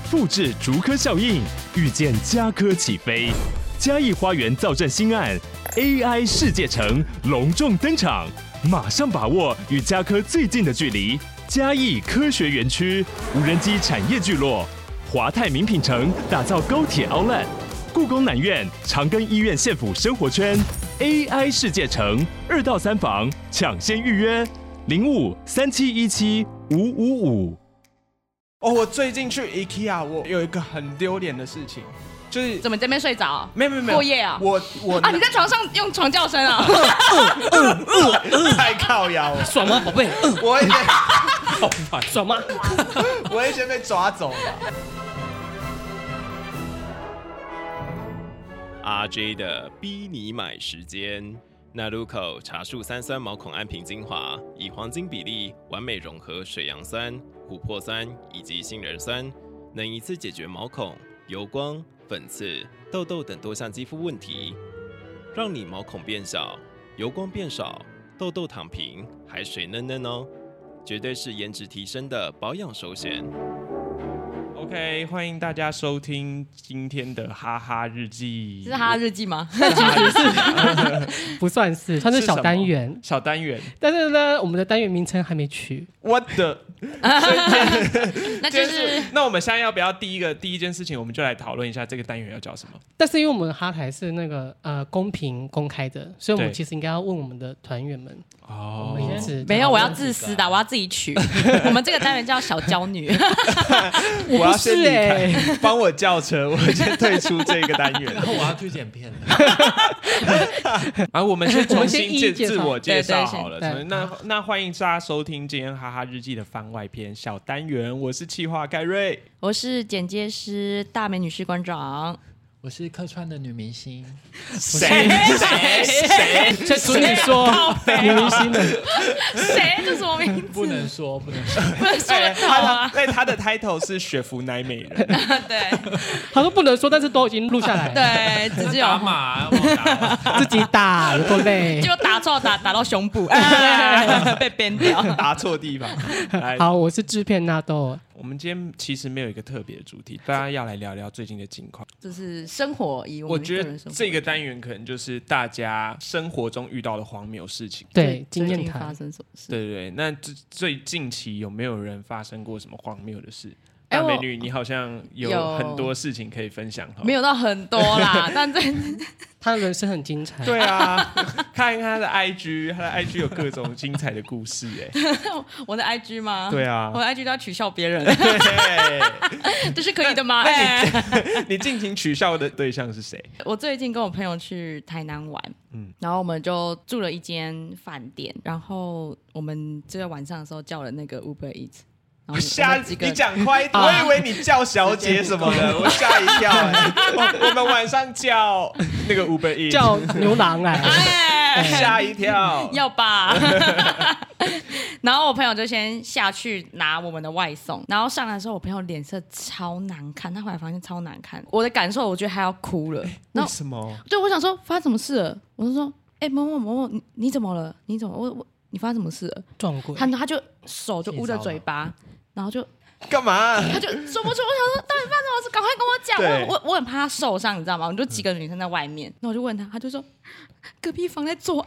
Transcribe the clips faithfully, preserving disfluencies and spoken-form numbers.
复制竹科效应，预见家科起飞。嘉义花园造镇新案 A I 世界城隆重登场，马上把握与家科最近的距离。嘉义科学园区无人机产业聚落，华泰名品城打造高铁 Outlet， 故宫南院长庚医院县府生活圈 A I 世界城二到三房抢先预约零五三七一七五五五。 哦，我最近去 IKEA， 我有一个很丢脸的事情，就是怎么这边睡着？ 没有没有没有过夜啊？ 我我啊，你在床上用床叫声啊？ 太靠腰了， 爽吗，宝贝？ 我以前好烦，爽吗？ 我以前被抓走了。 R J 的逼你买时间。那路口茶树三酸毛孔安瓶精华，以黄金比例完美融合水杨酸、琥珀酸以及杏仁酸，能一次解决毛孔、油光、粉刺、痘痘等多项肌肤问题，让你毛孔变小、油光变少、痘痘躺平，还水嫩嫩哦，绝对是颜值提升的保养首选。 OK， 欢迎大家收听今天的哈哈日记。 这是哈哈日记吗？ 其实是不算是，它是小单元。 小单元， 但是呢，我们的单元名称还没取。 我的， 那就是那我们现在要不要第一个第一件事情，我们就来讨论一下这个单元要叫什么？ 但是因为我们哈台是那个呃公平公开的，所以我们对其实应该要问我们的团员们。 哦我们一直没有，我要自私的，我要自己取。我们这个单元叫小娇女。 我要先离欸开，帮我叫车，我先退出这个单元。 然后我要去剪片。 然后我们先重我们先新一一介绍自我介绍好了。 对对那那欢迎大家收听今天哈哈日记的番外篇小单元，我是企划盖瑞。 我是剪接师大美女士馆长。 我是客串的女明星， 谁谁谁？ 这准你说女明星的， 谁？这什么名字？ 不能说，不能说。 不能说哎， 得好啊。 他的他的 title 是雪芙奶美人。 对他说不能说，但是都已经录下来了。 对，直接有打码，我打自己打有多累。 就打错打打到胸部，哎被编掉。 答错地方。来， 好，我是制片纳豆。 我们今天其实没有一个特别的主题，大家要来聊聊最近的近况。 就是生活以我们我觉得个人生活这个单元可能就是大家生活中遇到的荒谬事情。 对，经验最近发谈。 生什么事？ 对对对，那最最近期有没有人发生过什么荒谬的事？ 哎我大美女，你好像有有很多事情可以分享哈。 没有到很多啦，但这他的人生很精彩。 对啊，看他的 I G， 他的 I G 有各种精彩的故事哎。 我的 I G 吗？ 对啊我的 I G 都要取笑别人， 对， 这是可以的吗？ 那哎， 你尽情取笑的对象是谁？ 我最近跟我朋友去台南玩， 嗯然后我们就住了一间饭店，然后我们这个晚上的时候叫了那个 Uber Eats。然后吓我们几个你讲快一点，我以为你叫小姐什么的，我吓一跳哎。我我们晚上叫那个 Uber Eats， 叫牛郎来。 哎， 吓一跳。 要吧？然后我朋友就先下去拿我们的外送，然后上来的时候，我朋友脸色超难看，他回来房间超难看，我的感受我觉得他要哭了。然后为什么？ 对，我想说发生什么事了？我就说，哎、欸，某某某某，你你怎么了？你怎么？我我你发生什么事了？ 撞鬼。 他他就手就捂着嘴巴，然后就干嘛？ 他就说不出。我想说，到底发生什么事？赶快跟我讲。 对我我我很怕他受伤，你知道吗？我们就几个女生在外面，那、嗯、我就问他，他就说隔壁房在做爱。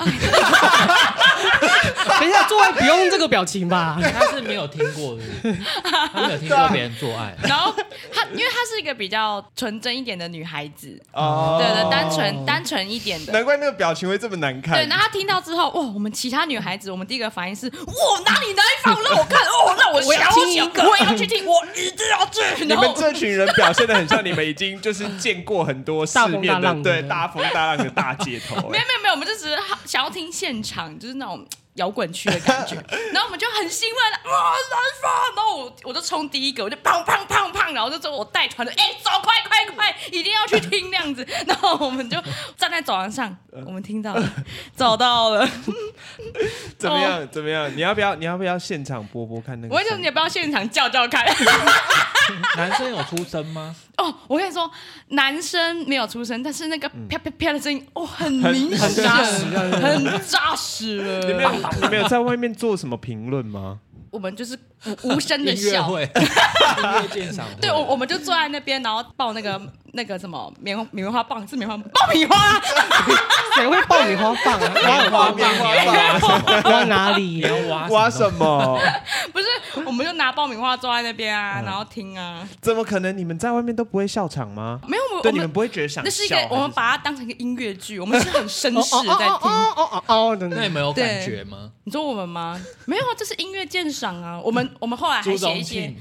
等一下，做爱不用这个表情吧？ 他是没有听过的，他没有听过别人做爱。 然后她，因为她是一个比较纯真一点的女孩子， 哦， 对对，单纯单纯一点的。 难怪那个表情会这么难看。 对，然后她听到之后，哇，我们其他女孩子，我们第一个反应是，哇，哪里哪里放让我看，哦，那我想听一个我也要去听，我一定要去。 你们这群人表现得很像你们已经就是见过很多世面的， 大风大浪的对，大风大浪的大街头。 没有没有没有，我们就只是想要听现场，就是那种摇滚区的感觉。然后我们就很兴奋，哇，来吧！然后我我就冲第一个，我就砰砰砰砰，然后就说我带团的，哎、欸，走，快快快，一定要去听那样子。然后我们就站在走廊上，我们听到了，找到了。 怎么样？怎么样？你要不要？你要不要现场播播看那个？ 我跟你说，你也不要现场叫叫看。 男生有出声吗？ 哦，我跟你说，男生没有出声，但是那个啪啪啪的声音，哦，很明显， 很扎实， 很扎实了。 你们有你们有在外面做什么评论吗？ 我我们就是无无声的音乐笑。 会，音乐鉴赏会。 对，我我们就坐在那边，然后抱那个那个什么棉棉花棒，是棉花爆米花， 谁会爆米花棒啊？挖花棉花棒， 挖哪里？ 你要挖挖什么？ 不是，我们就拿爆米花坐在那边啊，然后听啊。 怎么可能？你们在外面都不会笑场吗？ 没有，我对， 我们你们不会觉得想笑？ 那是一个，我们把它当成一个音乐剧，我们是很绅士的在听。 哦哦哦的。 那你们有感觉吗？ 你说我们吗？没有啊，这是音乐鉴赏啊。我们我们后来还朱写一些宗庆，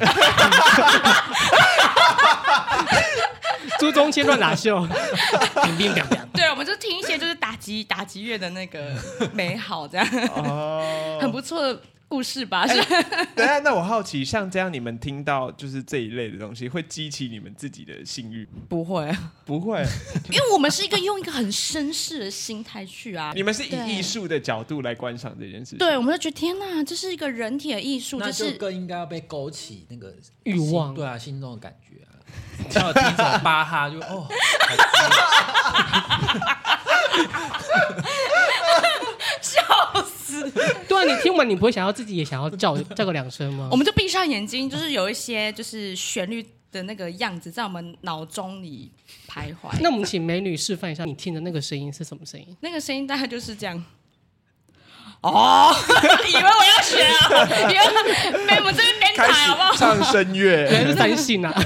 朱宗庆乱打秀，冰冰凉凉。 对，我们就听一些就是打击打击乐的那个美好，这样哦， 很不错的故事吧？是。 等一下，那我好奇，像这样你们听到就是这一类的东西，会激起你们自己的性欲？ 不会， 不会， 因为我们是一个用一个很绅士的心态去啊。 你们是以对艺术的角度来观赏这件事情。 对，我们就觉得天哪，这是一个人体的艺术， 那就就是更应该要被勾起那个欲望心对啊，心中的感觉啊。像我听什么巴哈就哦， 笑死。 对啊，你听完你不会想要自己也想要叫叫个两声吗？ 我们就闭上眼睛，就是有一些就是旋律的那个样子在我们脑中里徘徊。 那我们请美女示范一下，你听的那个声音是什么声音？ 那个声音大概就是这样。哦，以为我要学啊，以为被我们这边编开台好不好？ 始唱声乐， 原来是三性啊！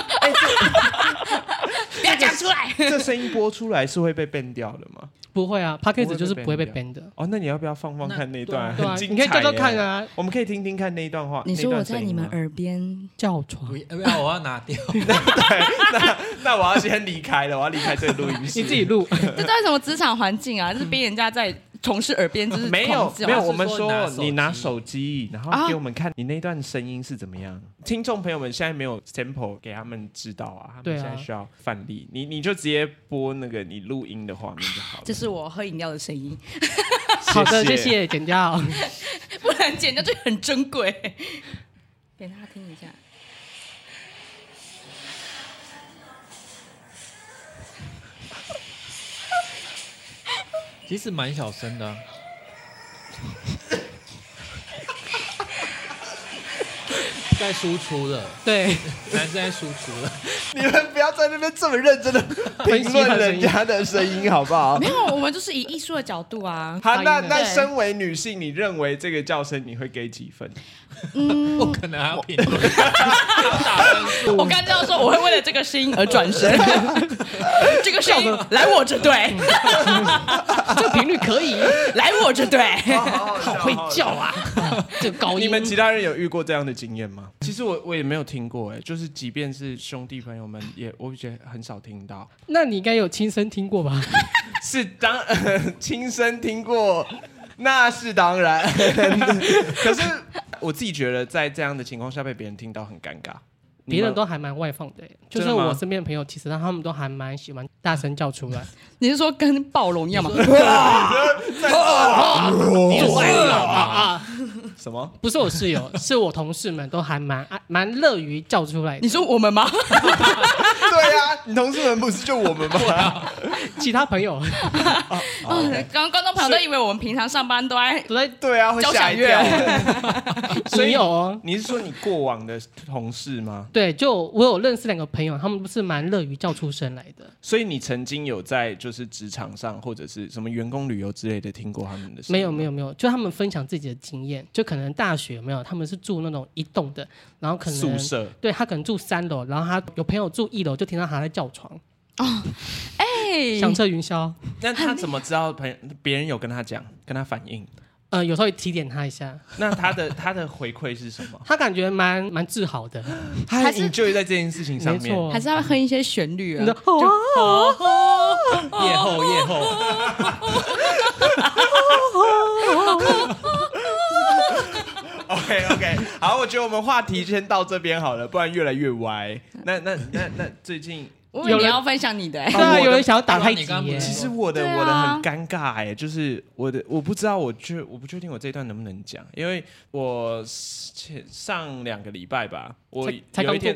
不要讲出来。 这声音播出来是会被 ban 掉的吗？ 不会啊 p a c k a g e 就是不会被 ban 的。 哦，那你要不要放放看那一段？ 对啊很，精彩耶， 你可以叫叫看啊， 我们可以听听看那一段话。 你说我那段声音吗在你们耳边叫床不。要不要，我要拿掉。 那那我要先离开了，我要离开这个录音室。 你自己录， 这在什么职场环境啊？就是逼人家在同事耳边就是没有狂叫没有， 是我们说说拿手机你拿手机，然啊后给我们看你那段声音是怎么样。听众朋友们现在没有 sample 给他们知道啊，他对啊们现在需要范例，你你就直接播那个你录音的画面就好了。 这是我喝饮料的声音， 好的，谢谢，剪掉。 不然剪掉就很珍贵。给大家听一下。 其实蛮小声的啊、在输出了， 对， 男生在输出了。 你们不要在那边这么认真的评论人家的声音，好不好没？有，我们就是以艺术的角度啊。 好，那那对身为女性，你认为这个叫声你会给几分？ 嗯， 我可能还要评论，要打分数。 我刚这样说，我会为了这个声音而转身。这个声音来我这队， 这个频率可以， 来我这队。 好会叫啊！这个高音， 你们其他人有遇过这样的经验吗？其实我我也没有听过，哎，就是即便是兄弟朋友们，也我觉得很少听到。 那你应该有亲身听过吧？ 是当呃亲身听过，那是当然。可是我自己觉得，在这样的情况下被别人听到很尴尬。 别人都还蛮外放的，就是真的吗我身边的朋友，其实他们都还蛮喜欢大声叫出来。 你是说跟暴龙一样吗？ 有爱了啊！ 什么？ 不是我室友，是我同事们都还蛮爱蛮乐于叫出来的。 你说我们吗？ 对啊，你同事们不是就我们吗？ 其他朋友嗯，刚刚观众朋友都以为我们平常上班都在都在对啊，会吓一跳。所以你有哦。 你是说你过往的同事吗？ 对，就我有认识两个朋友，他们不是蛮乐于叫出声来的。 所以你曾经有在就是职场上或者是什么员工旅游之类的听过他们的声音吗？ 没有没有没有，就他们分享自己的经验，就可能大学有没有，他们是住那种一栋的，然后可能宿舍， 对他可能住三楼，然后他有朋友住一楼，就听到他在叫床， 哎， 响彻云霄。 那他怎么知道朋友别人有跟他讲，跟他反映？ 呃，有时候会提点他一下， 那他的他的回馈是什么？ 他感觉蛮蛮自豪的。 他很 enjoy 在这件事情上面。 没错， 还是他会哼一些旋律啊你的？哦夜后夜后， OK OK， 好，我觉得我们话题先到这边好了，不然越来越歪。那那那那最近， 我以为你要分享你的、欸， 对啊， 我的有人想要打太极耶你刚刚不是其实我的、 对啊我的很尴尬哎，就是我的我不知道，我确我不确定我这一段能不能讲，因为我前上两个礼拜吧，我才才有一天刚做过，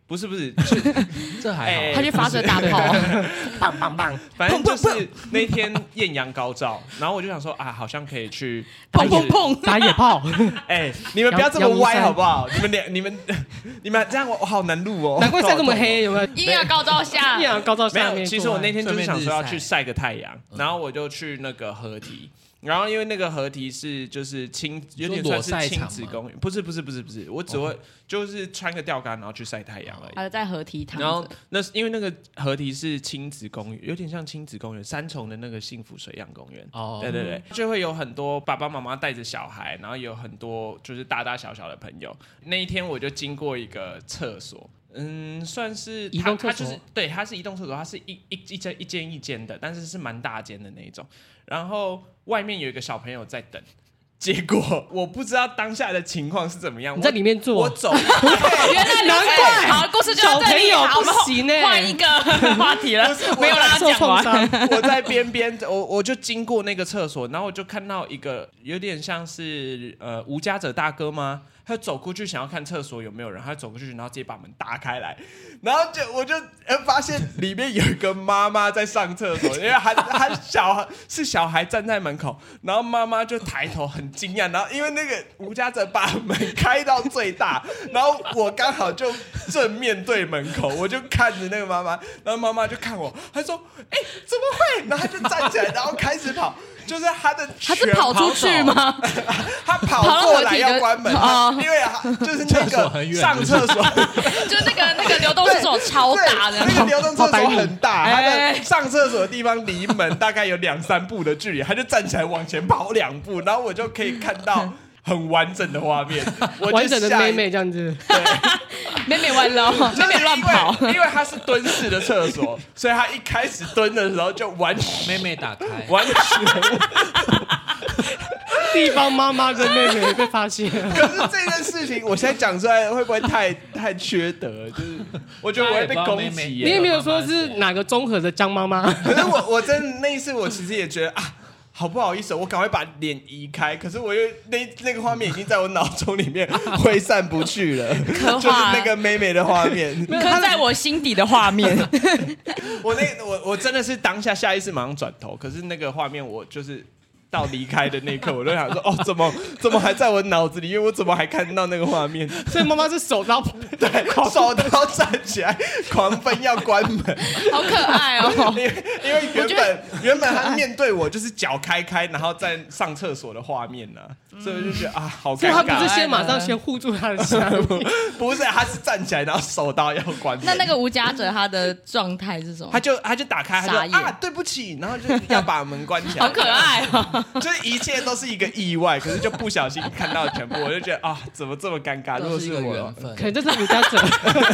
不是不是， 这还好， 哎他去发射大炮， 棒棒棒，反正就是那天艳阳高照，然后我就想说啊，好像可以去砰砰砰， 打野炮， 哎，你们不要这么歪好不好？你们两你们你们这样我我好难录哦， 难怪晒这么黑，有没有？ 艳阳高照下艳，阳高照没有， 下面， 其实我那天就是想说要去顺便日晒晒个太阳，然后我就去那个河堤。然后因为那个河堤是就是亲，有点算是亲子公园，不是不是不是不是，我只会、哦、就是穿个钓竿然后去晒太阳而已。 还在河堤躺着。 然后那是因为那个河堤是亲子公园，有点像亲子公园，三重的那个幸福水漾公园。哦，对对对，就会有很多爸爸妈妈带着小孩，然后有很多就是大大小小的朋友。那一天我就经过一个厕所。嗯，算是移动厕所， 它就是对，它是移动厕所，它是一一一间一间一间的，但是是蛮大间的那一种。然后外面有一个小朋友在等，结果我不知道当下的情况是怎么样。 你在里面坐， 我走， 原来难怪。好，故事就到这里，好， 不行呢， 换一个话题了，没有让他讲完。 我在边边，我我就经过那个厕所，然后我就看到一个有点像是呃无家者大哥吗？他走过去想要看厕所有没有人，他走过去，然后直接把门打开来，然后就我就发现里面有一个妈妈在上厕所，因为还还小是小孩站在门口，然后妈妈就抬头很惊讶，然后因为那个无家者把门开到最大，然后我刚好就正面对门口，我就看着那个妈妈，然后妈妈就看我，她说：“哎、欸，怎么会？”然后她就站起来，然后开始跑。就是他的， 他是跑出去吗？ 他跑过来要关门，因为就是那个上厕所， 就那个那个流动厕所超大的， 那个流动厕所很大，他的上厕所的地方离门大概有两三步的距离，他就站起来往前跑两步，然后我就可以看到很完整的画面， 完整的妹妹这样子， 对，妹妹完了，妹妹乱跑， 因为他是蹲式的厕所，所以他一开始蹲的时候就完全妹妹打开， 完全地方妈妈跟妹妹被发现。 可是这件事情，我现在讲出来会不会太太缺德？就是我觉得我会被攻击。 你也没有说是哪个综合的江妈妈。 可是我我真的那一次，我其实也觉得啊。好不好意思，我赶快把脸移开。可是我又那那个画面已经在我脑中里面挥散不去了，就是那个妹妹的画面， 刻在我心底的画面。 我那我我真的是当下下意识马上转头，可是那个画面我就是到离开的那一刻，我就想说，哦，怎么怎么还在我脑子里？因为我怎么还看到那个画面？ 所以妈妈是手刀， 对，手刀站起来，狂奔要关门， 好可爱哦！ 因为因为原本原本他面对我就是脚开开，然后在上厕所的画面呢、啊，所以我就觉得啊，好尴尬。所以他不是先马上先护住他的下面， 不是，他是站起来，然后手刀要关门。 那那个无家者他的状态是什么？ 他就他就打开，他就啊，对不起，然后就要把门关起来。 好可爱哦！ 就是一切都是一个意外，可是就不小心看到全部，我就觉得啊，怎么这么尴尬？如果是我， 缘分可能就是无家者。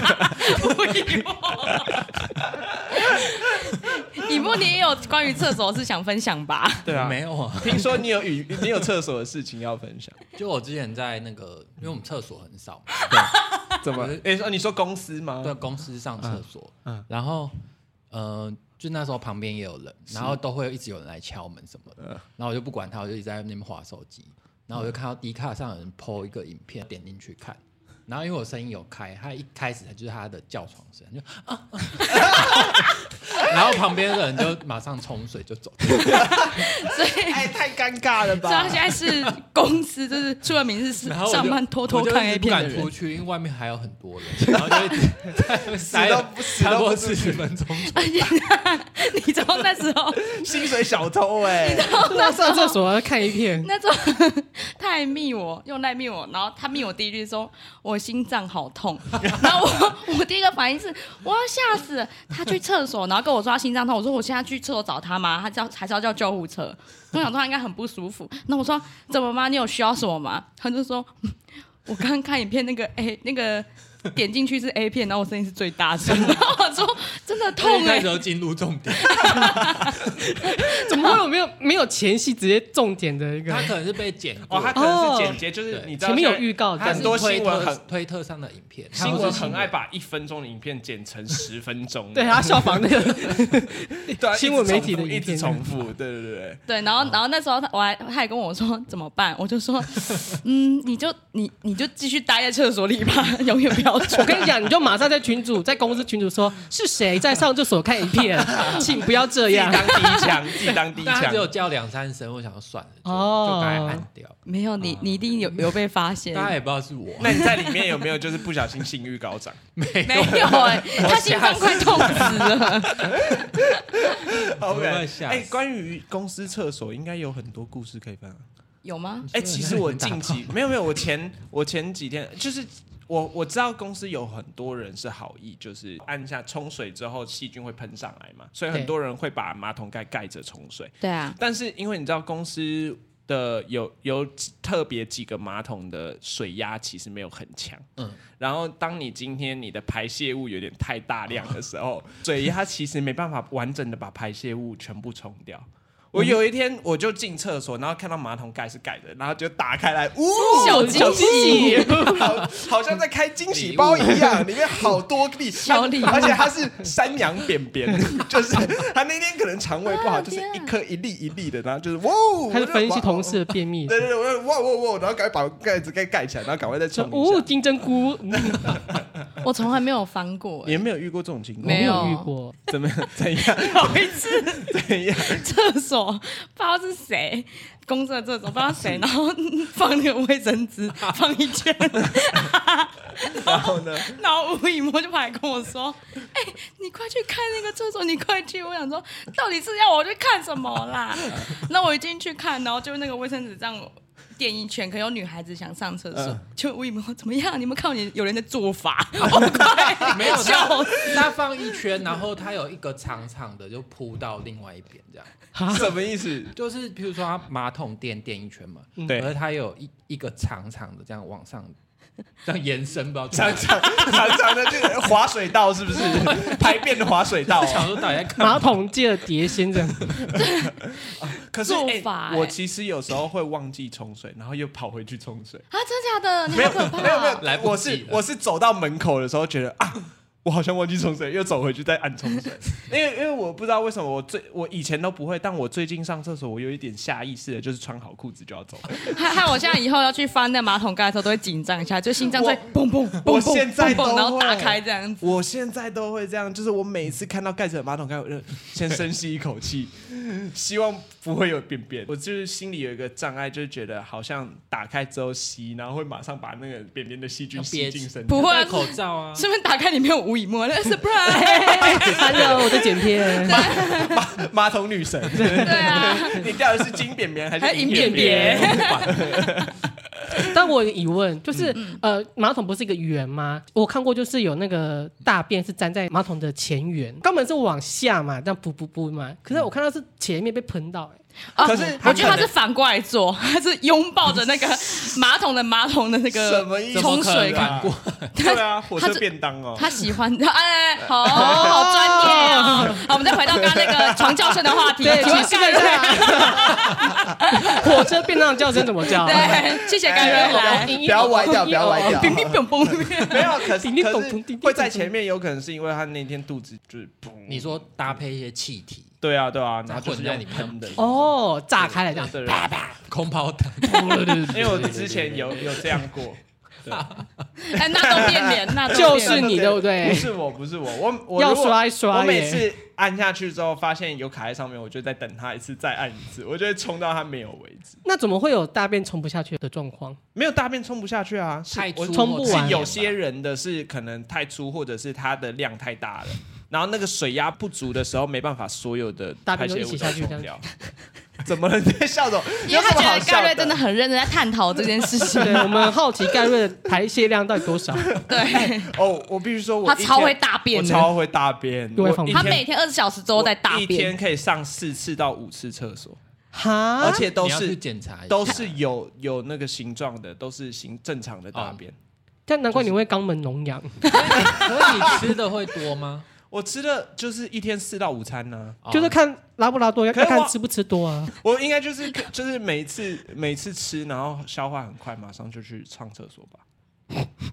以沫，你也有关于厕所的事想分享吧？ 对啊， 没有啊。 听说你有与你有厕所的事情要分享。 就我之前在那个，因为我们厕所很少嘛， 对，怎么？哎、欸，你说公司吗？ 对，公司上厕所，嗯，嗯然后呃。就那时候旁边也有人，然后都会一直有人来敲门什么的，然后我就不管他，我就一直在那边滑手机，然后我就看到 D 卡上有人 po 一个影片，点进去看，然后因为我声音有开，他一开始就是他的叫床声，就啊，然后旁边的人就马上冲水就走， 所以哎太尴尬了吧？ 所以他现在是公司就是出了名是上班偷偷看 A 片的人， 不敢出去，因为外面还有很多人，然后就一直在塞了超过四十分钟。 你知道那时候薪水小偷哎、欸， 那上厕所要看一片， 那时候他还密我用赖密我，然后他密我第一句说我心脏好痛，然后我我第一个反应是我要吓死了，他去厕所，然后跟我说他心脏痛，我说我现在去厕所找他吗？他叫还是要叫救护车？我想说他应该很不舒服，那我说怎么吗？你有需要什么吗？他就说我刚刚看影片那个哎那个。点进去是 A 片，然后我声音是最大声，然后我说真的痛哎、欸， 那时候进入重点， 怎么会有没有没有前戏直接重点的一个？ 他可能是被剪过， 哦，他可能是剪接，就是你知道前面有预告， 很多新闻很推特上的影片， 新闻很爱把一分钟的影片剪成十分钟， 对，他效仿那个对、啊、 新闻媒体的一直重复，对对对对，然后然后那时候他我还他还跟我说怎么办，我就说嗯，你就你你就继续待在厕所里吧，永远不要要求。 我跟你讲，你就马上在群组，在公司群组说是谁在上厕所看影片，请不要这样。 自己当第一枪，自己当第一枪但他只。有叫两三声，我想要算了，就、 哦就赶快按掉。 没有你，你一定有有被发现。 大家也不知道是我， 那你在里面有没有就是不小心性欲高涨？ 没有哎、他心脏快痛死了。 我 OK， 会吓死哎、关于公司厕所应该有很多故事可以分享。 有吗？ 哎、其实我近期没有没有，我前我前几天就是我我知道公司有很多人是好意，就是按下冲水之后细菌会喷上来嘛，所以很多人会把马桶盖盖着冲水。 对啊， 但是因为你知道公司的有有特别几个马桶的水压其实没有很强，嗯，然后当你今天你的排泄物有点太大量的时候，水压其实没办法完整的把排泄物全部冲掉。我有一天我就进厕所，然后看到马桶盖是盖的，然后就打开来，呜， 小惊喜， 好，好像在开惊喜包一样，里面好多粒小礼物而且它是山羊扁扁，就是他那天可能肠胃不好，就是一颗一粒一粒的，然后就是哇， 开始分析同事的便秘。 对对对，我哇哇哇，然后赶快把盖子盖盖起来，然后赶快再冲一哦， 下。 金针菇， 我从来没有翻过、欸。 你没有遇过这种情况？ 没有我遇过。 怎么样？怎样？ 有一次怎样？ 厕所不知道是谁，公司的厕所不知道谁，然后放那个卫生纸放一圈， 然后呢？ 然后吴以沫就跑来跟我说：“哎、欸，你快去看那个厕所，你快去！”我想说，到底是要我去看什么啦？那我一进去看，然后就那个卫生纸这样垫一圈，可有女孩子想上厕所，嗯、就吴以沫怎么样？你们看有有人的做法，我快没有笑死。 他放一圈，然后他有一个长长的就铺到另外一边，这样什么意思？ 就是比如说他马桶垫垫一圈嘛， 对， 而他有一一个长长的这样往上。这样延伸不知道长长长长的，就是滑水道是不是？排便的滑水道、啊。 想说大家看马桶界的碟仙这样。 可是、欸欸、 我其实有时候会忘记冲水，然后又跑回去冲水。 啊，真的假的？你好可怕！ 没有没有， 来我是我是走到门口的时候觉得啊。我好像忘记冲水，又走回去再按冲水，因为因为我不知道为什么我最我以前都不会，但我最近上厕所我有一点下意识的，就是穿好裤子就要走。 害害我现在以后要去翻那马桶盖的时候都会紧张一下，就心脏会蹦蹦蹦我现在都会， 然后打开这样子。 我现在都会这样，就是我每次看到盖着的马桶盖，我就先深吸一口气，希望不会有便便。我就是心里有一个障碍，就是觉得好像打开之后吸，然后会马上把那个便便的细菌吸进身体。 不会、啊， 戴口罩啊， 是不是打开里面有吴以沫？那 surprise。 Hello， 我在剪片。 马, 马, 马桶女神， 对啊， 你掉的是金便便还是银便便？ 但我有疑问，就是、嗯、呃，马桶不是一个圆吗？我看过，就是有那个大便是粘在马桶的前缘，肛门是往下嘛，这样噗噗噗嘛。可是我看到是前面被喷到、欸， 哦、 可是我觉得他是反过来做，他是拥抱着那个马桶的马桶的那个冲水反过，对啊，火车便当哦。 他喜欢，哎，好好专业哦。好，我们再回到刚刚那个床叫声的话题。 对，请问盖瑞，火车便当的叫声怎么叫？ 对，谢谢盖瑞来。 不要歪掉，不要歪掉。 冰冰冰冰， 没有，可是可是会在前面，有可能是因为他那天肚子就是砰。 你说搭配一些气体。 对啊，对啊，然后混在你喷的哦，炸开来这样， 啪啪，空包弹。 因为我之前有有这样过， 哎，那都变脸，那就是你对不对？ 不是我，不是我，我我要刷一刷。 我每次按下去之后，发现有卡在上面，我就再等它一次，再按一次，我就会冲到它没有为止。 那怎么会有大便冲不下去的状况？ 没有大便冲不下去啊， 太粗冲不完。 是有些人的是可能太粗，或者是它的量太大了。然后那个水压不足的时候，没办法所有的排泄物都冲掉。怎么了？你在笑什么？ 因为他觉得盖瑞真的很认真在探讨这件事情。 对，我们好奇盖瑞的排泄量到底多少？ 对。 哦，我必须说我， 他超会大便， 我超会大便。 他每天二十小时都在大便， 一天可以上四次到五次厕所。 哈， 而且都是检查， 都是有有那个形状的，都是形正常的大便。 但难怪你会肛门脓疡。 可是你吃的会多吗？ 我吃的就是一天四到五餐呢、 啊，就是看拉不拉多，要看吃不吃多啊。 我应该就是就是每一次每一次吃，然后消化很快，马上就去上厕所吧。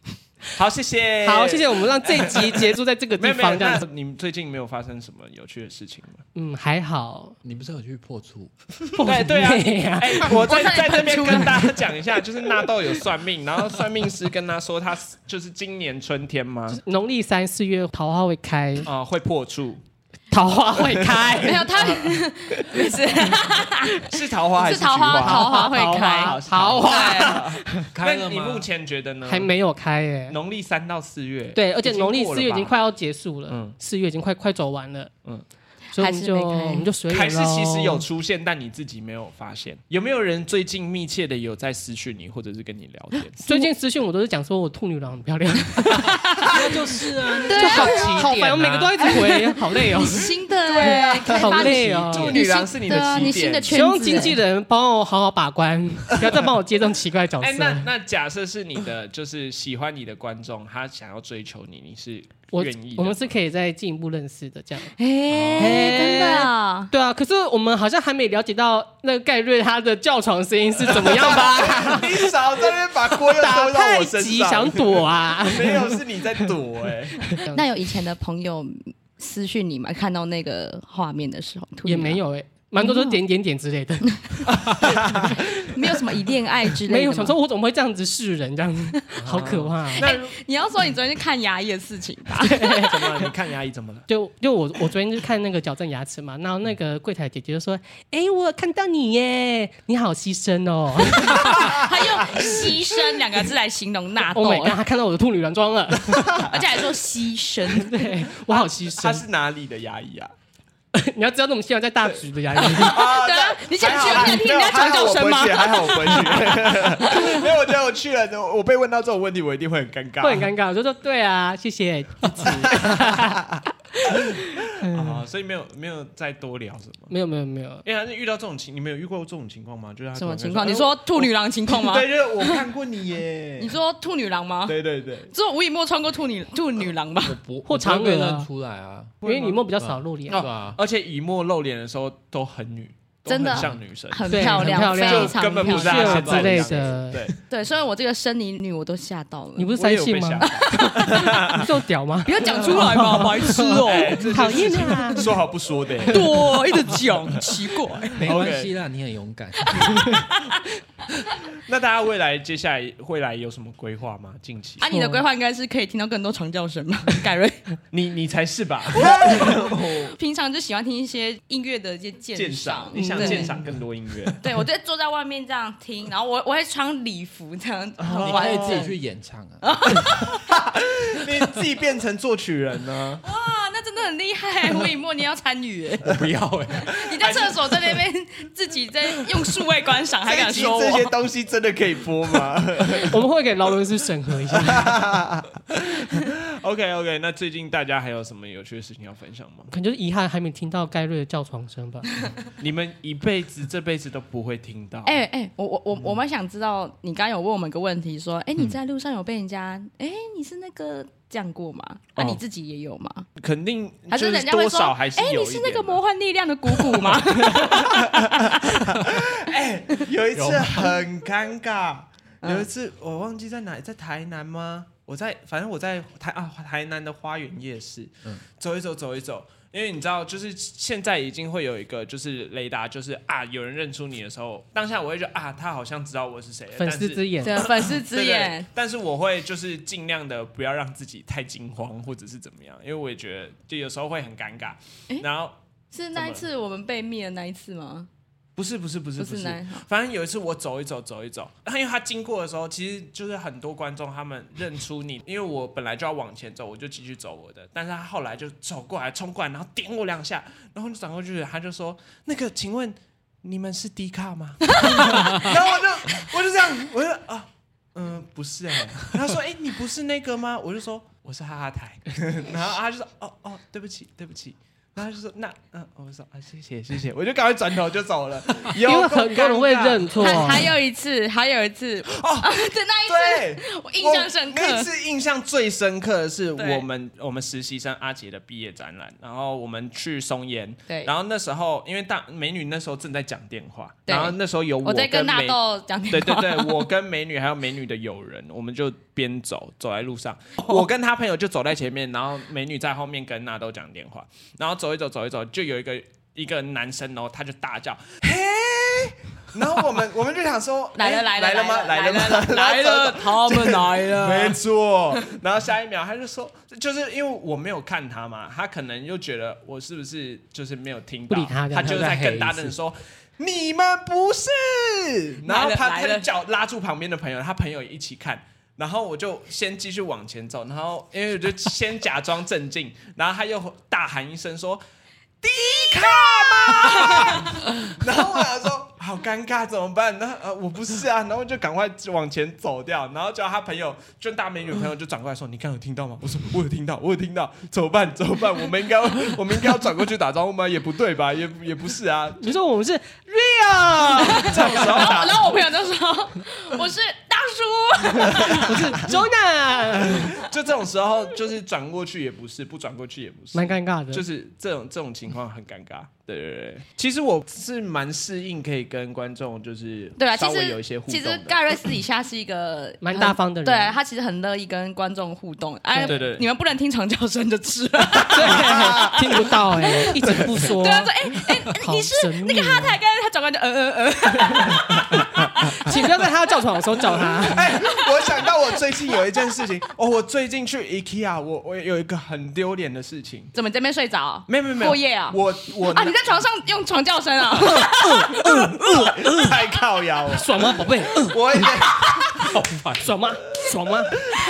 好，谢谢， 好，谢谢，我们让这一集结束在这个地方。这样子， 你们最近没有发生什么有趣的事情吗？ 嗯，还好。 你不是有去破处？ 对对啊，哎、欸，我在在这边我跟大家讲一下，就是纳豆有算命，然后算命师跟他说，他就是今年春天吗？ 农历三四月桃花会开啊、呃，会破处。 桃花会开， 没有他，没事， 是桃花还是是桃花？桃花会开， 桃花开了吗？ 你目前觉得呢？ 还没有开耶， 农历三到四月， 对，而且农历四月已经快要结束了，嗯，四月已经快快走完了，嗯。所以我们就我们就随缘咯。 还是其实有出现，但你自己没有发现。有没有人最近密切的有在私讯你，或者是跟你聊天？ 最近私讯我都是讲说我兔女郎很漂亮， 那就是啊， 对就好好烦，我每个都一直回，好累哦。 你新的哎， 好累哦。 兔女郎是你的起点， 希望经纪人帮我好好把关，不要再帮我接这种奇怪的角色。 哎，那那假设是你的，就是喜欢你的观众，他想要追求你，你是？ 我我们是可以再进一步认识的，这样。 哎、欸，真的啊？ 对啊，可是我们好像还没了解到那个盖瑞他的叫床声音是怎么样吧？ 你少在那边把锅又丢到我身上， 想躲啊？ 没有，是你在躲哎、 欸。那有以前的朋友私讯你吗？看到那个画面的时候， 也没有哎、欸。蛮多都是点点点之类的， 没有什么以恋爱之类的。 没有，想说我怎么会这样子视人，这样子好可怕、啊。 那、欸、你要说你昨天去看牙医的事情吧？ 怎么了？你看牙医怎么了？ 就就我我昨天就看那个矫正牙齿嘛，然后那个柜台姐姐就说：“哎、欸，我有看到你耶，你好牺牲哦。” 他用“牺牲”两个字来形容纳豆。 Oh my god，他看到我的兔女郎装了， 而且还说牺牲， 对我好牺牲。 他是哪里的牙医啊？ 你要知道，那么希望在大直的牙医。 对啊，你想去，你想听人家讲叫声吗？ 还好我不会去，因为我觉得我去了，我被问到这种问题，我一定会很尴尬， 会很尴尬。我就说对啊，谢谢支持。 啊，所以没有没有再多聊什么， 没有没有没有。 因为还是遇到这种情，你们有遇过这种情况吗？就是他什么情况？你说兔女郎情况吗？ 对，就是我看过你耶。 你说兔女郎吗？ 对对对， 只有吴以沫穿过兔女兔女郎吧？ 或嫦娥认出来啊， 因为以沫比较少露脸， 对啊。 而且以沫露脸的时候都很女。 真的很像女生， 很漂亮， 很漂亮， 非常根本不是她之类的。 对对，所以我这个生理女我都吓到了。 你不是三性吗？你这么屌吗？ 不要讲出来嘛，白痴哦， 讨厌啊！ 说好不说的， 对，一直讲，奇怪。 没关系啦，你很勇敢。 那大家未来接下来未来有什么规划吗？近期啊，你的规划应该是可以听到更多长叫声吗？盖瑞， 你你才是吧？ 平常就喜欢听一些音乐的一些鉴赏， 你想鉴赏更多音乐？ 对，我就坐在外面这样听，然后我我会穿礼服这样， 你可以自己去演唱啊， 你自己变成作曲人呢？ 哇，那真的很厉害，吴以沫，你要参与？ 我不要哎， 你在厕所在那边自己在用数位观赏，还敢说我这些东西真的可以播吗？ 我们会给劳伦斯审核一下。 OK OK， 那最近大家还有什么有趣的事情要分享吗？ 可能就是遗憾还没听到盖瑞的叫床声吧。 你们一辈子这辈子都不会听到。 哎哎、欸，我我我我们想知道，你刚刚有问我们一个问题，说，哎、欸，你在路上有被人家，哎、欸，你是那个这样过吗？啊，你自己也有吗？ 肯定， 还是人家会说， 哎、 欸，你是那个魔幻力量的姑姑吗？ 哎、欸，有一次很尴尬，有一次我忘记在哪里，在台南吗？我在，反正我在台啊台南的花园夜市，嗯，走一走走一走，因为你知道，就是现在已经会有一个就是雷达，就是啊有人认出你的时候，当下我会觉得啊他好像知道我是谁， 粉丝之眼， 对，粉丝之眼。 但是我会就是尽量的不要让自己太惊慌或者是怎么样，因为我也觉得就有时候会很尴尬。欸、然后是那一次我们被灭的那一次吗？ 不是不是不是不是，反正有一次我走一走走一走，因为他经过的时候，其实就是很多观众他们认出你，因为我本来就要往前走，我就继续走我的，但是他后来就走过来冲过来，然后点我两下，然后就转过去，他就说：“那个，请问你们是迪卡吗？”然后我就我就这样，我就啊嗯、呃、不是哎、欸，他说：“哎、欸、你不是那个吗？”我就说：“我是哈哈台。”然后他就说：“哦哦对不起对不起。” 然后他就说那嗯，我说啊谢谢谢谢，我就赶快转头就走了。 因为很多人会认错。 还还有一次，还有一次哦，对那一次我印象深刻。 那次印象最深刻的是我们我们实习生阿杰的毕业展览，然后我们去松烟， 对， 然后那时候因为大美女那时候正在讲电话，然后那时候有我在跟纳豆讲电话， 对对对，我跟美女还有美女的友人，我们就边走走在路上，我跟他朋友就走在前面，然后美女在后面跟纳豆讲电话，然后走一走走一走，就有一个一个男生哦，他就大叫嘿。然后我们我们就想说来了来了来了吗？来了吗？ 来了，他们来了， 没错。然后下一秒他就说，就是因为我没有看他嘛，他可能又觉得我是不是就是没有听到， 不理他， 他就在跟大人说你们不是。然后他他就叫拉住旁边的朋友，他朋友也一起看。然后我就先继续往前走，然后因为我就先假装镇静，然后他又大喊一声说。迪卡吗？然后我想说好尴尬怎么办？那呃我不是啊，然后就赶快往前走掉，然后叫他朋友，就大美女朋友就转过来说：“你刚有听到吗？”我说：“我有听到，我有听到，怎么办？怎么办？我们应该我们应该要转过去打招呼吗？也不对吧？也也不是啊。 你说我们是 real， 这种时候然后然后我朋友就说我是大叔， 我是 Jonah， 就这种时候就是转过去也不是，不转过去也不是， 蛮尴尬的， 就是这种这种情况很尴尬。对对对，其实我是蛮适应可以跟观众就是对啊， 稍微有一些互动的。 其实盖瑞私底下是一个蛮大方的人， 对他其实很乐意跟观众互动。哎， 对对， 你们不能听长叫声就是了， 对，听不到哎，一直不说。 对啊，说哎哎，你是那个哈台，跟他转过来就嗯嗯嗯， 请不要在他叫床的时候叫他。 哎，我想到我最近有一件事情哦，我最近去 IKEA， 我我有一个很丢脸的事情。 怎么这边睡着？ 没有没有没有过夜啊？ 我我啊，你在床上用床叫声啊？ 太靠腰了， 爽吗，宝贝？ 我也爽吗？爽吗？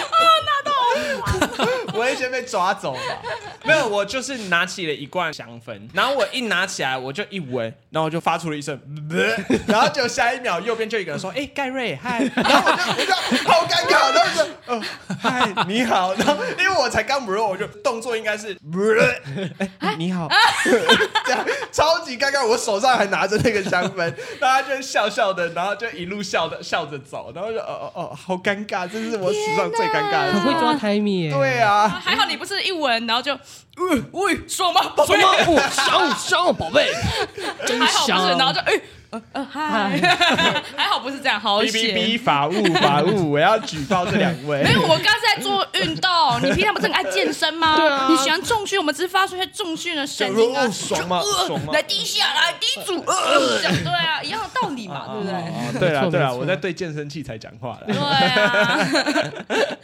我会先被抓走吧？没有，我就是拿起了一罐香氛，然后我一拿起来，我就一闻，然后我就发出了一声，然后就下一秒右边就有一个人说：“哎，盖瑞，嗨！”然后我就我就好尴尬，然后就呃，嗨，你好。然后因为我才刚不热，我就动作应该是，哎，你好，这样超级尴尬。我手上还拿着那个香氛，大家就笑笑的，然后就一路笑的笑着走，然后就哦哦哦，好尴尬，这是我史上最尴尬的事。 很会抓 timing 耶。 对啊。 还好你不是一闻，然后就，喂喂，爽吗，宝贝？ 爽吗？哦，香香，宝贝，真还好不是， 香。 然后就，哎，呃呃，嗨，还好不是这样，好险。 哔哔哔，法务法务，我要举报这两位。 没有，我刚刚是在做运动。你平常不是很爱健身吗？ 对啊。 你喜欢重训，我们只是发出一些重训的声音啊。 爽吗？爽吗？ 来低下来，低组，呃，对啊，一样的道理嘛，对不对？ 对啊，对啊，我在对健身器材讲话了。 对啊。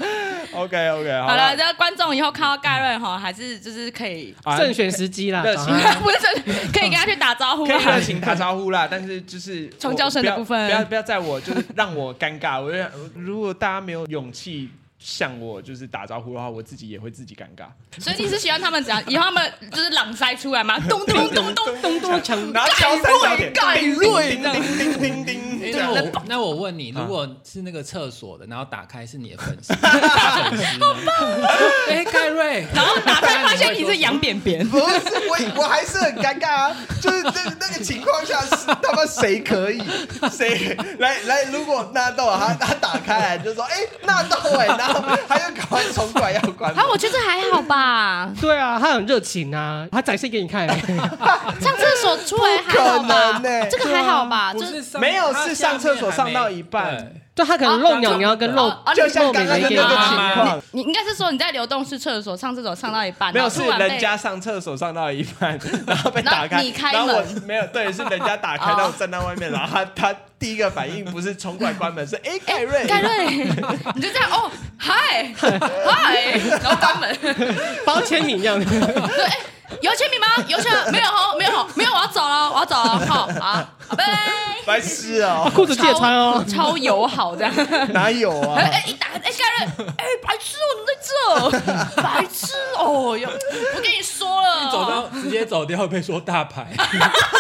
OK OK， 好了，这观众以后看到盖瑞哈，还是就是可以正选时机啦， 热情不是可以跟他去打招呼， 可以热情打招呼啦。但是就是床叫声的部分， 不要不要在我就是让我尴尬。我如果大家没有勇气向我就是打招呼的话，我自己也会自己尴尬。 所以你是喜欢他们怎样？以后他们就是朗塞出来吗？咚咚咚咚咚咚咚， 然后敲三角点， 盖瑞， 叮叮叮叮叮。 那我那我问你，如果是那个厕所的，然后打开是你的粉丝，大粉丝，好棒！哎，盖瑞， 然后打开发现你是杨扁扁， 不是我，我还是很尴尬啊。就是那那个情况下，是他妈谁可以谁来来？如果纳豆他他打开来就说，哎，纳豆哎，然后他又赶快冲过来要关门。 啊，我觉得还好吧。 对啊，他很热情啊，他展现给你看。 上厕所出来还好吧？这个还好吧？ 就是没有是上厕所上到一半。 就他可能漏鸟鸟跟漏， 就像刚刚的那个情况。 你应该是说你在流动式厕所上厕所上到一半， 没有是人家上厕所上到一半，然后被打开， 你开门，然后我没有，对，是人家打开，然后我站在外面，然后他他第一个反应不是冲过来关门，是哎盖瑞， 盖瑞，你就这样哦，嗨嗨，然后关门， 包签名一样。 对。有签名吗？有签没有？没有，没有，我要走了，我要走了。好，好，拜拜。 白痴哦， 裤子记得穿哦， 超友好这样。 哪有啊？ 哎，一打开，哎，盖瑞，哎，白痴哦，你在这，白痴哦，哟，我跟你说了， 你走到直接走掉会被说大牌。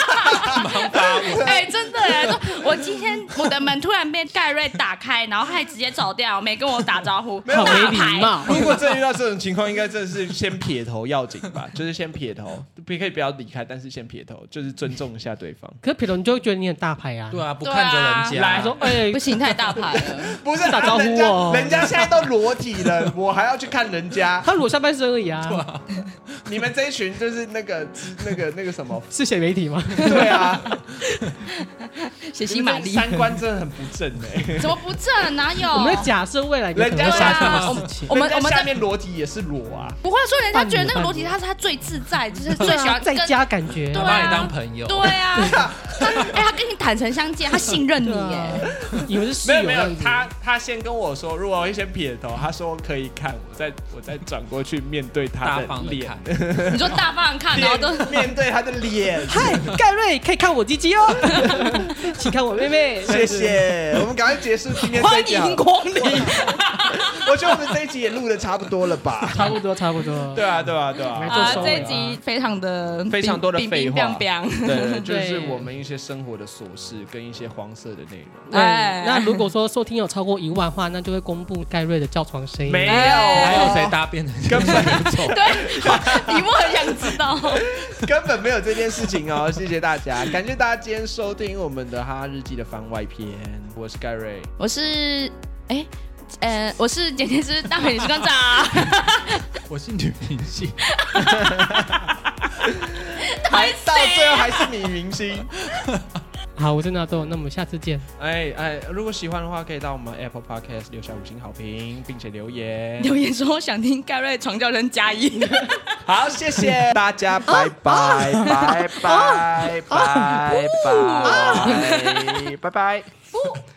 忙发文。 哎、真的哎，我今天我的门突然被盖瑞打开，然后他还直接走掉，没跟我打招呼， 好没礼大牌。 貌。 如果真的遇到这种情况，应该真的是先撇头要紧吧，就是先撇头，不可以不要离开，但是先撇头，就是尊重一下对方。 可是撇头你就会觉得你很大牌啊。 对啊，不看着人家。 来他说哎不，行，太大牌了。 不是打招呼哦人家人家现在都裸体了，我还要去看人家。 他裸下半身而已啊。 你们这一群就是那个那个那个什么？ 是写媒体吗？ 对啊， 血腥玛丽， 三观真的很不正哎。 怎么不正？哪有？ 我们在假设未来有可能会发生的事情。 我们我们人家下面裸体也是裸啊。 不会说人家觉得那个裸体他是他最自在，就是最喜欢在跟家感觉。 对啊把你当朋友。 对啊，他哎，他跟你坦诚相见，他信任你耶。 以为是室没有没有友这样，子。 他他先跟我说，如果我先撇头，他说可以看，我再我再转过去面对他大的脸方的看， 你说大方看，然后都面对他的脸。 嗨，盖瑞可以看我鸡鸡哦，请看我妹妹。 谢谢，我们赶快结束今天这一欢集好了。 迎光临。 我觉得我们这一集也录的差不多了吧？ 差不多，差不多。 对啊，对啊，对啊。 啊， 没错收尾这一集非常的非常多的冰废话冰冰冰对对，就是对我们一些生活的琐事跟一些黄色的内容。 对， 哎那如果说收听有超过一万的话，那就会公布盖瑞的叫床声音。 没有， 还有谁大便的？ 根本对，李默很想知道。 根本没有这件事情哦。谢谢大家，感谢大家今天收听我们的哈哈日记的番外篇。我是盖瑞， 我是哎。呃，我是剪辑师大美女士馆长， 我是女明星， 还到最后还是女明星。 好，我是纳豆，那我们下次见。 哎哎，如果喜欢的话，可以到我们 Apple Podcast 留下五星好评，并且留言。 留言说想听盖瑞床叫声加一。 好，谢谢大家，拜拜拜拜拜拜拜拜。